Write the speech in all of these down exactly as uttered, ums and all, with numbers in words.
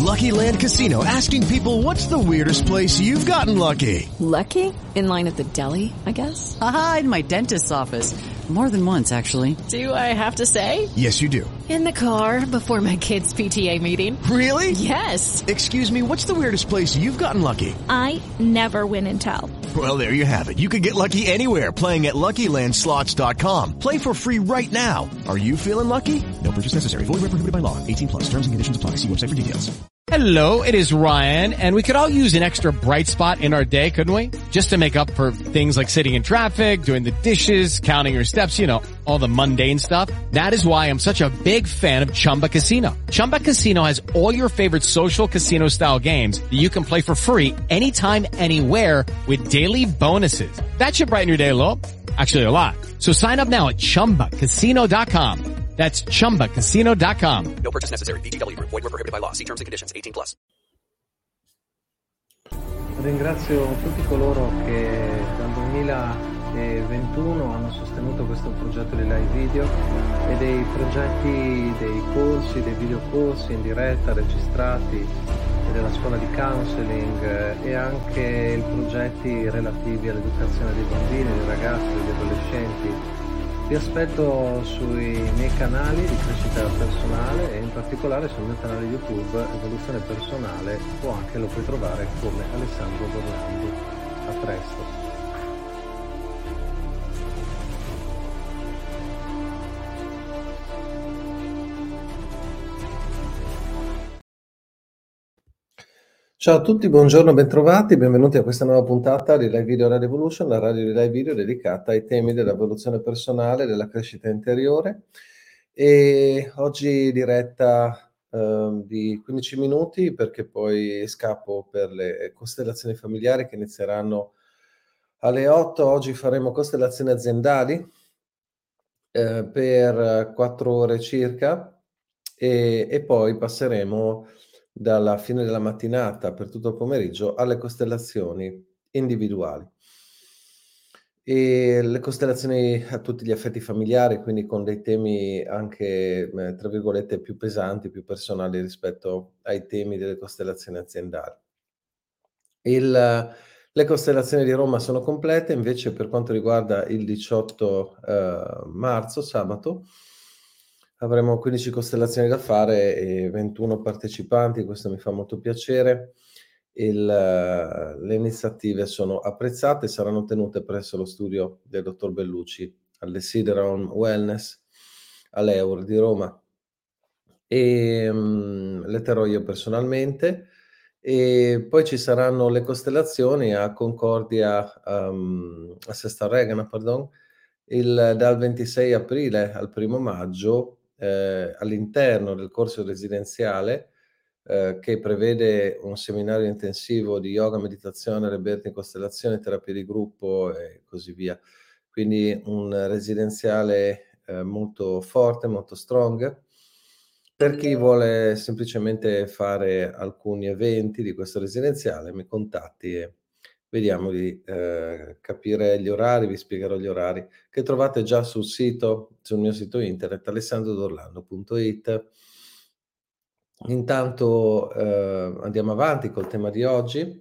Lucky Land Casino, asking people, what's the weirdest place you've gotten lucky? Lucky? In line at the deli, I guess? Aha, in my dentist's office. More than once, actually. Do I have to say? Yes, you do. In the car before my kids' P T A meeting. Really? Yes. Excuse me, what's the weirdest place you've gotten lucky? I never win and tell. Well, there you have it. You can get lucky anywhere, playing at Lucky Land Slots dot com. Play for free right now. Are you feeling lucky? No purchase necessary. Void where prohibited by law. eighteen plus. Terms and conditions apply. See website for details. Hello, it is Ryan, and we could all use an extra bright spot in our day, couldn't we? Just to make up for things like sitting in traffic, doing the dishes, counting your steps, you know, all the mundane stuff. That is why I'm such a big fan of Chumba Casino. Chumba Casino has all your favorite social casino-style games that you can play for free anytime, anywhere with daily bonuses. That should brighten your day a little. Actually, a lot. So sign up now at chumba casino dot com. That's chumba casino dot com. No purchase necessary. V G W Group. Void where prohibited by law. See terms and conditions. eighteen plus. Ringrazio tutti coloro che dal duemilaventuno hanno sostenuto questo progetto di live video e dei progetti, dei corsi, dei videocorsi in diretta registrati e della scuola di counseling e anche i progetti relativi all'educazione dei bambini, dei ragazzi, degli adolescenti. Vi aspetto sui miei canali di crescita personale e in particolare sul mio canale YouTube Evoluzione Personale, o anche lo puoi trovare come Alessandro Dorlando. A presto. Ciao a tutti, buongiorno, bentrovati, benvenuti a questa nuova puntata di Live Video Radio Evolution, la radio di live video dedicata ai temi dell'evoluzione personale, della crescita interiore. E oggi diretta eh, di quindici minuti, perché poi scappo per le costellazioni familiari che inizieranno alle otto. Oggi faremo costellazioni aziendali eh, per quattro ore circa e, e poi passeremo dalla fine della mattinata per tutto il pomeriggio alle costellazioni individuali. E le costellazioni a tutti gli affetti familiari, quindi con dei temi anche, eh, tra virgolette, più pesanti, più personali rispetto ai temi delle costellazioni aziendali. Il, le costellazioni di Roma sono complete, invece per quanto riguarda il diciotto eh, marzo, sabato, avremo quindici costellazioni da fare e ventuno partecipanti, questo mi fa molto piacere. Il, le iniziative sono apprezzate, saranno tenute presso lo studio del dottor Bellucci alle Sideron Wellness all'Eur di Roma e um, le terrò io personalmente. E poi ci saranno le costellazioni a Concordia, um, a Sesta Regana, pardon, il, dal ventisei aprile al primo maggio. Eh, all'interno del corso residenziale eh, che prevede un seminario intensivo di yoga, meditazione, reberti in costellazione, terapia di gruppo e così via. Quindi un residenziale eh, molto forte, molto strong. Per chi vuole semplicemente fare alcuni eventi di questo residenziale, mi contatti e vediamo di eh, capire gli orari, vi spiegherò gli orari che trovate già sul sito, sul mio sito internet alessandro dorlando punto it. Intanto eh, andiamo avanti col tema di oggi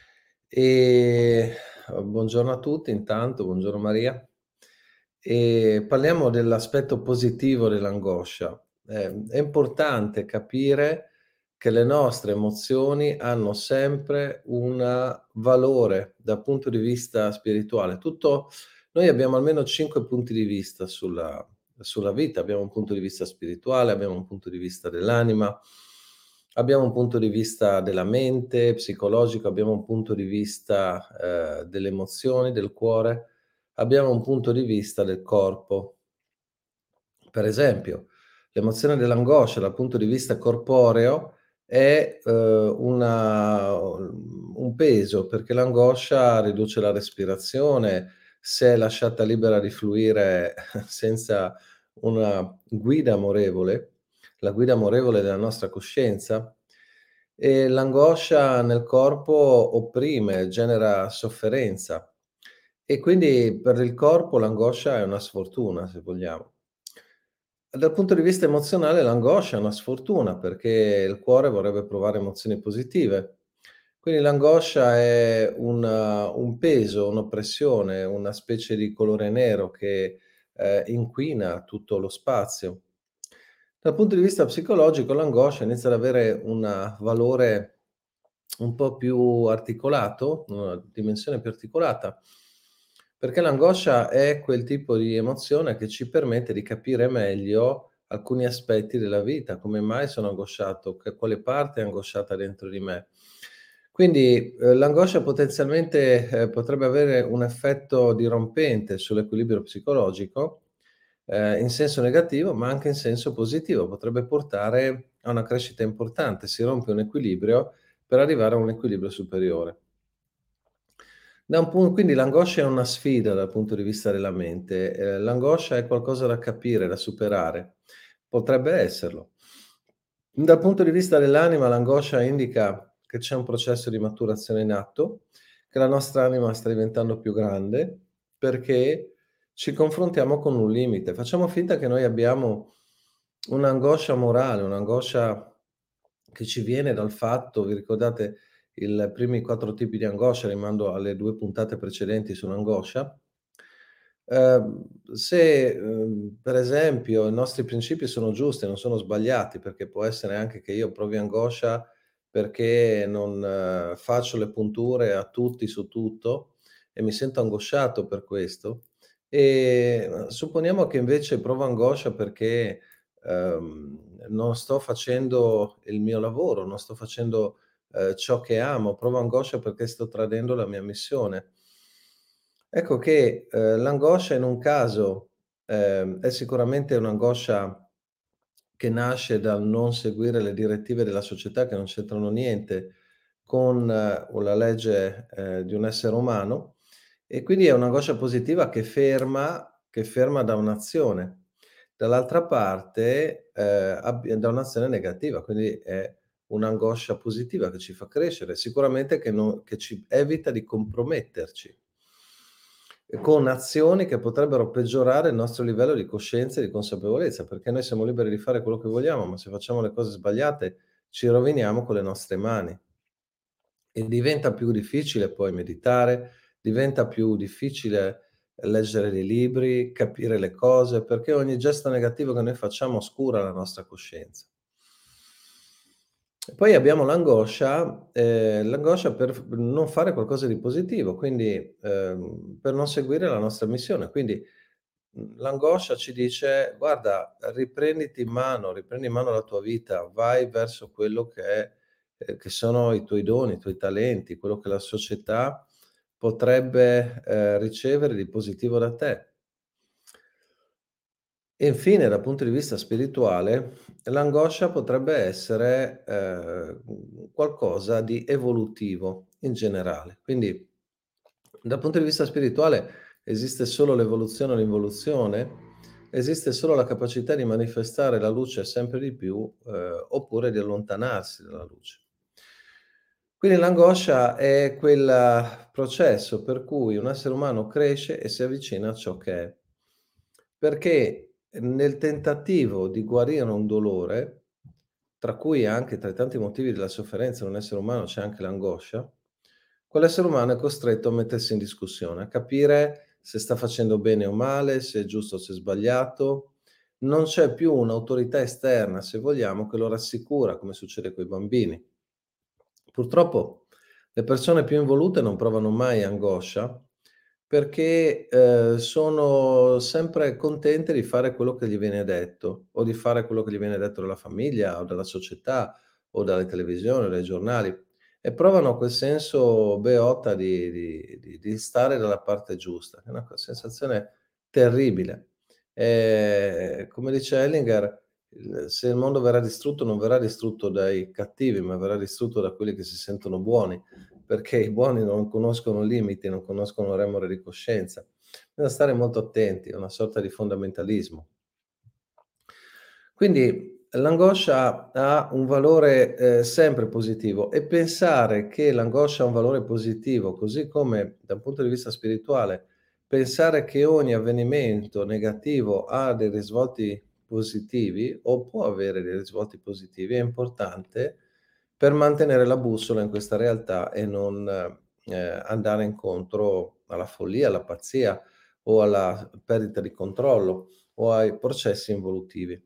e buongiorno a tutti, intanto buongiorno Maria, e parliamo dell'aspetto positivo dell'angoscia. Eh, è importante capire che le nostre emozioni hanno sempre un valore dal punto di vista spirituale. Tutto, noi abbiamo almeno cinque punti di vista sulla, sulla vita, abbiamo un punto di vista spirituale, abbiamo un punto di vista dell'anima, abbiamo un punto di vista della mente, psicologico, abbiamo un punto di vista eh, delle emozioni, del cuore, abbiamo un punto di vista del corpo. Per esempio, l'emozione dell'angoscia dal punto di vista corporeo è eh, una, un peso, perché l'angoscia riduce la respirazione, se è lasciata libera di fluire senza una guida amorevole, la guida amorevole della nostra coscienza, e l'angoscia nel corpo opprime, genera sofferenza e quindi per il corpo l'angoscia è una sfortuna, se vogliamo. Dal punto di vista emozionale l'angoscia è una sfortuna, perché il cuore vorrebbe provare emozioni positive. Quindi l'angoscia è un un peso, un'oppressione, una specie di colore nero che, ehm, inquina tutto lo spazio. Dal punto di vista psicologico l'angoscia inizia ad avere un valore un po' più articolato, una dimensione più articolata, perché l'angoscia è quel tipo di emozione che ci permette di capire meglio alcuni aspetti della vita, come mai sono angosciato, che quale parte è angosciata dentro di me. Quindi, ehm, l'angoscia potenzialmente, ehm, potrebbe avere un effetto dirompente sull'equilibrio psicologico, ehm, in senso negativo, ma anche in senso positivo. Potrebbe portare a una crescita importante, si rompe un equilibrio per arrivare a un equilibrio superiore. Da un pun quindi l'angoscia è una sfida dal punto di vista della mente, ehm, l'angoscia è qualcosa da capire, da superare. Potrebbe esserlo. Dal punto di vista dell'anima l'angoscia indica che c'è un processo di maturazione in atto, che la nostra anima sta diventando più grande, perché ci confrontiamo con un limite. Facciamo finta che noi abbiamo un'angoscia morale, un'angoscia che ci viene dal fatto vi ricordate il primi quattro tipi di angoscia, rimando alle due puntate precedenti sull'angoscia? Ehm, se, uhm, per esempio i nostri principi sono giusti, non sono sbagliati, perché può essere anche che io provi angoscia perché non eh, faccio le punture a tutti su tutto e mi sento angosciato per questo. Ehm, supponiamo che invece provo angoscia perché, ehm, non sto facendo il mio lavoro, non sto facendo, ehm, ciò che amo, provo angoscia perché sto tradendo la mia missione. Ecco che, ehm, l'angoscia in un caso, ehm, è sicuramente un'angoscia che nasce dal non seguire le direttive della società che non c'entrano niente con eh, o la legge, ehm, di un essere umano e quindi è un'angoscia positiva che ferma che ferma da un'azione. Dall'altra parte, ehm, abbi da un'azione negativa, quindi è un'angoscia positiva che ci fa crescere, sicuramente che no che ci evita di comprometterci, e con azioni che potrebbero peggiorare il nostro livello di coscienza e di consapevolezza, perché noi siamo liberi di fare quello che vogliamo, ma se facciamo le cose sbagliate ci roviniamo con le nostre mani. E diventa più difficile poi meditare, diventa più difficile leggere dei libri, capire le cose, perché ogni gesto negativo che noi facciamo oscura la nostra coscienza. E poi abbiamo l'angoscia, ehm, l'angoscia per f non fare qualcosa di positivo, quindi, ehm, per non seguire la nostra missione. Quindi, mhmm, l'angoscia ci dice: "Guarda, riprenditi in mano, riprendi in mano la tua vita, vai verso quello che è ehm, che sono i tuoi doni, i tuoi talenti, quello che la società potrebbe, ehm, ricevere di positivo da te." E infine, dal punto di vista spirituale, l'angoscia potrebbe essere, ehm, mhmm, qualcosa di evolutivo in generale. Quindi, dal punto di vista spirituale esiste solo l'evoluzione o l'involuzione? Esiste solo la capacità di manifestare la luce sempre di più, ehm, oppure di allontanarsi dalla luce. Quindi l'angoscia è quel processo per cui un essere umano cresce e si avvicina a ciò che è. Perché nel tentativo di guarire un dolore, tra cui anche tra i tanti motivi della sofferenza in un essere umano c'è anche l'angoscia, quell'essere umano è costretto a mettersi in discussione, a capire se sta facendo bene o male, se è giusto o se è sbagliato. Non c'è più un'autorità esterna, se vogliamo, che lo rassicura, come succede coi bambini. Purtroppo le persone più involute non provano mai angoscia perché, ehm, sono sempre contente di fare quello che gli viene detto, o di fare quello che gli viene detto dalla famiglia o dalla società o dalle televisioni o dai giornali e provano quel senso beota di di di di stare dalla parte giusta, che è una co sensazione terribile. Ehm, come dice Hellinger, il se il mondo verrà distrutto, non verrà distrutto dai cattivi, ma verrà distrutto da quelli che si sentono buoni, perché i buoni non conoscono limiti, non conoscono remore di coscienza. Bisogna stare molto attenti, è una sorta di fondamentalismo. Quindi l'angoscia ha un valore, ehm, sempre positivo e pensare che l'angoscia ha un valore positivo, così come dal punto di vista spirituale, pensare che ogni avvenimento negativo ha dei risvolti positivi o può avere dei risvolti positivi, è importante per mantenere la bussola in questa realtà e non, ehm, andare incontro alla follia, alla pazzia o alla perdita di controllo o ai processi involutivi.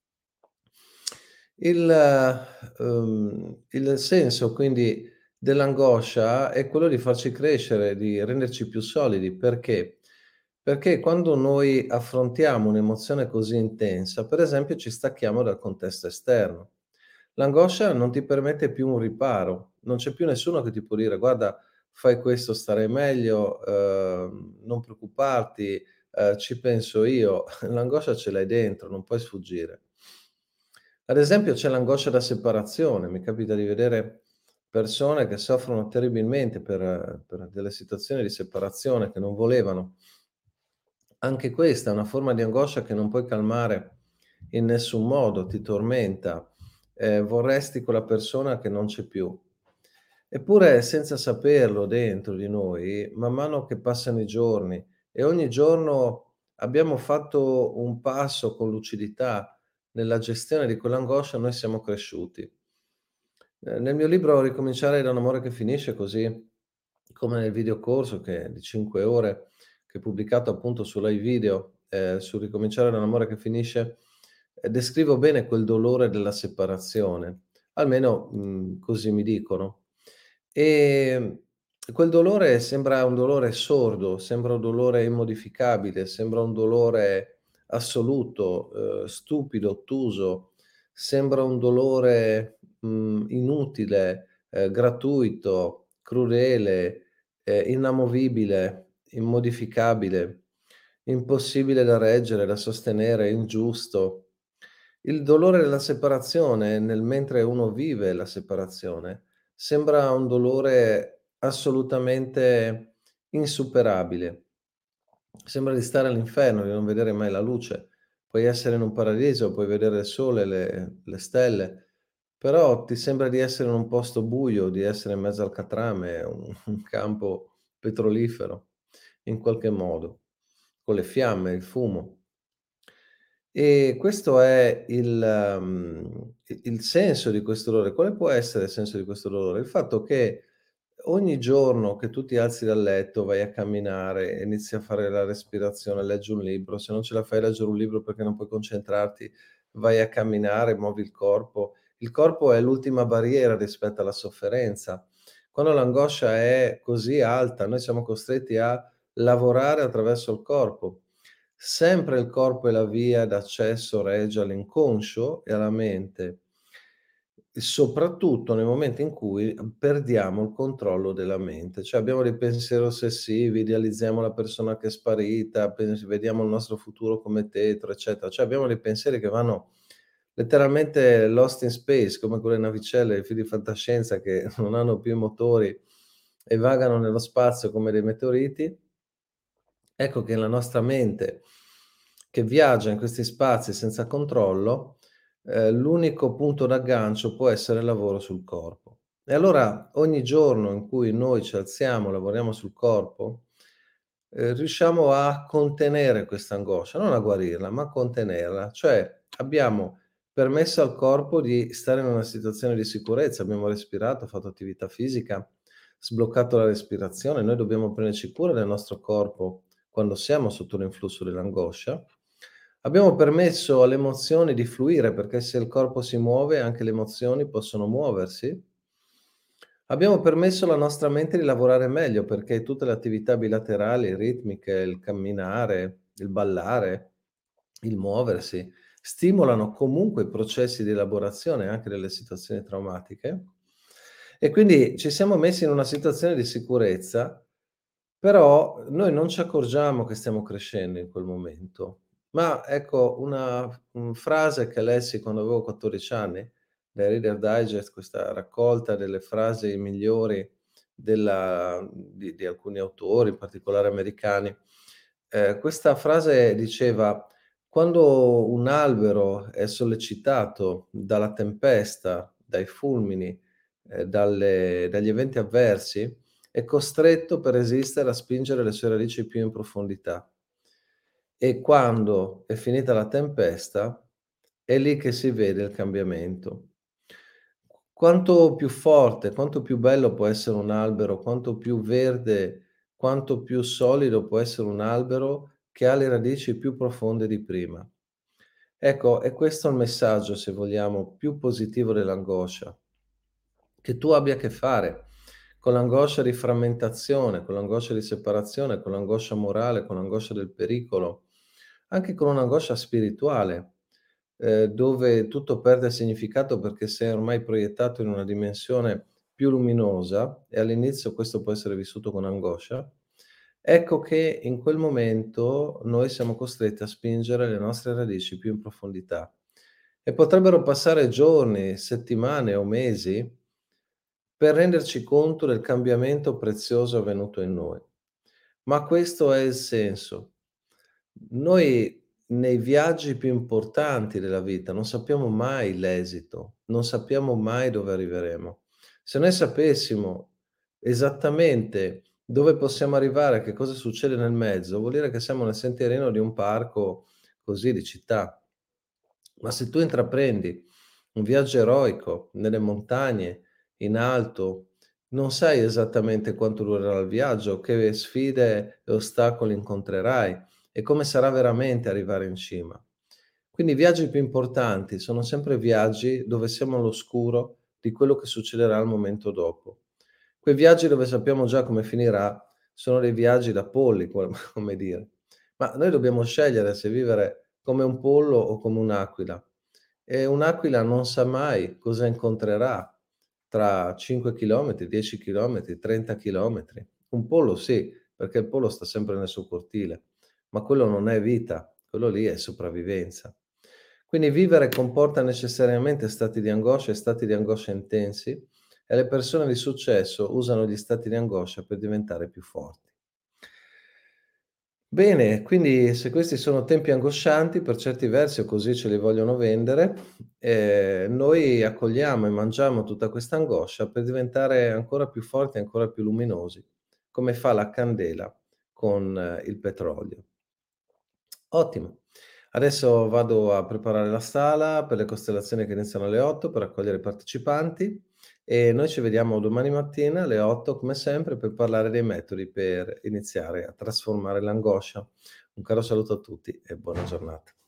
Il uhm, il senso quindi dell'angoscia è quello di farci crescere, di renderci più solidi. Perché? Perché quando noi affrontiamo un'emozione così intensa, per esempio, ci stacchiamo dal contesto esterno. L'angoscia non ti permette più un riparo, non c'è più nessuno che ti può dire: "Guarda, fai questo, starai meglio, uhm, non preoccuparti, ehm, ci penso io." L'angoscia ce l'hai dentro, non puoi sfuggire. Ad esempio c'è l'angoscia da separazione, mi capita di vedere persone che soffrono terribilmente per per delle situazioni di separazione che non volevano. Anche questa è una forma di angoscia che non puoi calmare in nessun modo, ti tormenta, ehm, vorresti quella persona che non c'è più. Eppure senza saperlo dentro di noi, man mano che passano i giorni e ogni giorno abbiamo fatto un passo con lucidità nella gestione di quell'angoscia, noi siamo cresciuti. Ehm, nel mio libro "Ricominciare da un amore che finisce", così come nel videocorso che di cinque ore che ho pubblicato appunto su Rai Video, ehm, su "Ricominciare da un amore che finisce", ehm, descrivo bene quel dolore della separazione, almeno, mhmm, così mi dicono. Ehm, quel dolore sembra un dolore sordo, sembra un dolore immodificabile, sembra un dolore assoluto, uhm, stupido, ottuso, sembra un dolore, mhmm, inutile, ehm, gratuito, crudele, ehm, inamovibile, immodificabile, impossibile da reggere, da sostenere, ingiusto. Il dolore della separazione, nel mentre uno vive la separazione, sembra un dolore assolutamente insuperabile. Sembra di stare all'inferno, di non vedere mai la luce. Puoi essere in un paradiso, puoi vedere il sole, le le stelle, però ti sembra di essere in un posto buio, di essere in mezzo al catrame, un un campo petrolifero, in qualche modo, con le fiamme, il fumo. E questo è il mhmm, i il senso di questo dolore. Quale può essere il senso di questo dolore? Il fatto che ogni giorno che tu ti alzi dal letto, vai a camminare, inizi a fare la respirazione, leggi un libro, se non ce la fai a leggere un libro perché non puoi concentrarti, vai a camminare, muovi il corpo. Il corpo è l'ultima barriera rispetto alla sofferenza. Quando l'angoscia è così alta, noi siamo costretti a lavorare attraverso il corpo. Sempre il corpo è la via d'accesso regge all'inconscio e alla mente, e soprattutto nel momento in cui, uhm, perdiamo il controllo della mente, cioè abbiamo dei pensieri ossessivi, idealizziamo la persona che è sparita, pens vediamo il nostro futuro come tetro, eccetera. Cioè abbiamo dei pensieri che vanno letteralmente lost in space, come quelle navicelle dei film di fantascienza che non hanno più i motori e vagano nello spazio come dei meteoriti. Ecco che la nostra mente, che viaggia in questi spazi senza controllo, ehm, l'unico punto d'aggancio può essere il lavoro sul corpo. E allora ogni giorno in cui noi ci alziamo, lavoriamo sul corpo, ehm, riusciamo a contenere questa angoscia, non a guarirla, ma a contenerla. Cioè abbiamo permesso al corpo di stare in una situazione di sicurezza, abbiamo respirato, fatto attività fisica, sbloccato la respirazione. Noi dobbiamo prenderci cura del nostro corpo quando siamo sotto l'influsso dell'angoscia. Abbiamo permesso alle emozioni di fluire, perché se il corpo si muove anche le emozioni possono muoversi. Abbiamo permesso alla nostra mente di lavorare meglio, perché tutte le attività bilaterali, ritmiche, il camminare, il ballare, il muoversi, stimolano comunque i processi di elaborazione anche delle situazioni traumatiche. E quindi ci siamo messi in una situazione di sicurezza, però noi non ci accorgiamo che stiamo crescendo in quel momento. Ma ecco una f mhmm, frase che lessi quando avevo quattordici anni, da Reader Digest, questa raccolta delle frasi migliori della di di alcuni autori, in particolare americani. Ehm, questa frase diceva: "Quando un albero è sollecitato dalla tempesta, dai fulmini, ehm, dalle dagli eventi avversi, è costretto per resistere a spingere le sue radici più in profondità. E quando è finita la tempesta, È lì che si vede il cambiamento. Quanto più forte, quanto più bello può essere un albero, quanto più verde, quanto più solido può essere un albero che ha le radici più profonde di prima. Ecco, è questo il messaggio, se vogliamo, più positivo dell'angoscia, che tu abbia a che fare con l'angoscia di frammentazione, con l'angoscia di separazione, con l'angoscia morale, con l'angoscia del pericolo, anche con un'angoscia spirituale, ehm, dove tutto perde significato perché sei ormai proiettato in una dimensione più luminosa e all'inizio questo può essere vissuto con angoscia. Ecco che in quel momento noi siamo costretti a spingere le nostre radici più in profondità e potrebbero passare giorni, settimane o mesi per renderci conto del cambiamento prezioso avvenuto in noi. Ma questo è il senso. Noi nei viaggi più importanti della vita non sappiamo mai l'esito, non sappiamo mai dove arriveremo. Se noi sapessimo esattamente dove possiamo arrivare, che cosa succede nel mezzo, vuol dire che siamo nel sentierino di un parco così di città. Ma se tu intraprendi un viaggio eroico nelle montagne, in alto, non sai esattamente quanto durerà il viaggio, che sfide e ostacoli incontrerai e come sarà veramente arrivare in cima. Quindi i viaggi più importanti sono sempre viaggi dove siamo all'oscuro di quello che succederà al momento dopo. Quei viaggi dove sappiamo già come finirà sono dei viaggi da polli, come come dire. Ma noi dobbiamo scegliere se vivere come un pollo o come un'aquila. E un'aquila non sa mai cosa incontrerà tra cinque chilometri, dieci chilometri, trenta chilometri. Un pollo sì, perché il pollo sta sempre nel suo cortile, ma quello non è vita, quello lì è sopravvivenza. Quindi vivere comporta necessariamente stati di angoscia e stati di angoscia intensi e le persone di successo usano gli stati di angoscia per diventare più forti. Bene, quindi se questi sono tempi angoscianti per certi versi o così ce li vogliono vendere, ehm, noi accogliamo e mangiamo tutta questa angoscia per diventare ancora più forti, ancora più luminosi, come fa la candela con eh, il petrolio. Ottimo. Adesso vado a preparare la sala per le costellazioni che iniziano alle otto per accogliere i partecipanti e noi ci vediamo domani mattina alle otto come sempre per parlare dei metodi per iniziare a trasformare l'angoscia. Un caro saluto a tutti e buona giornata.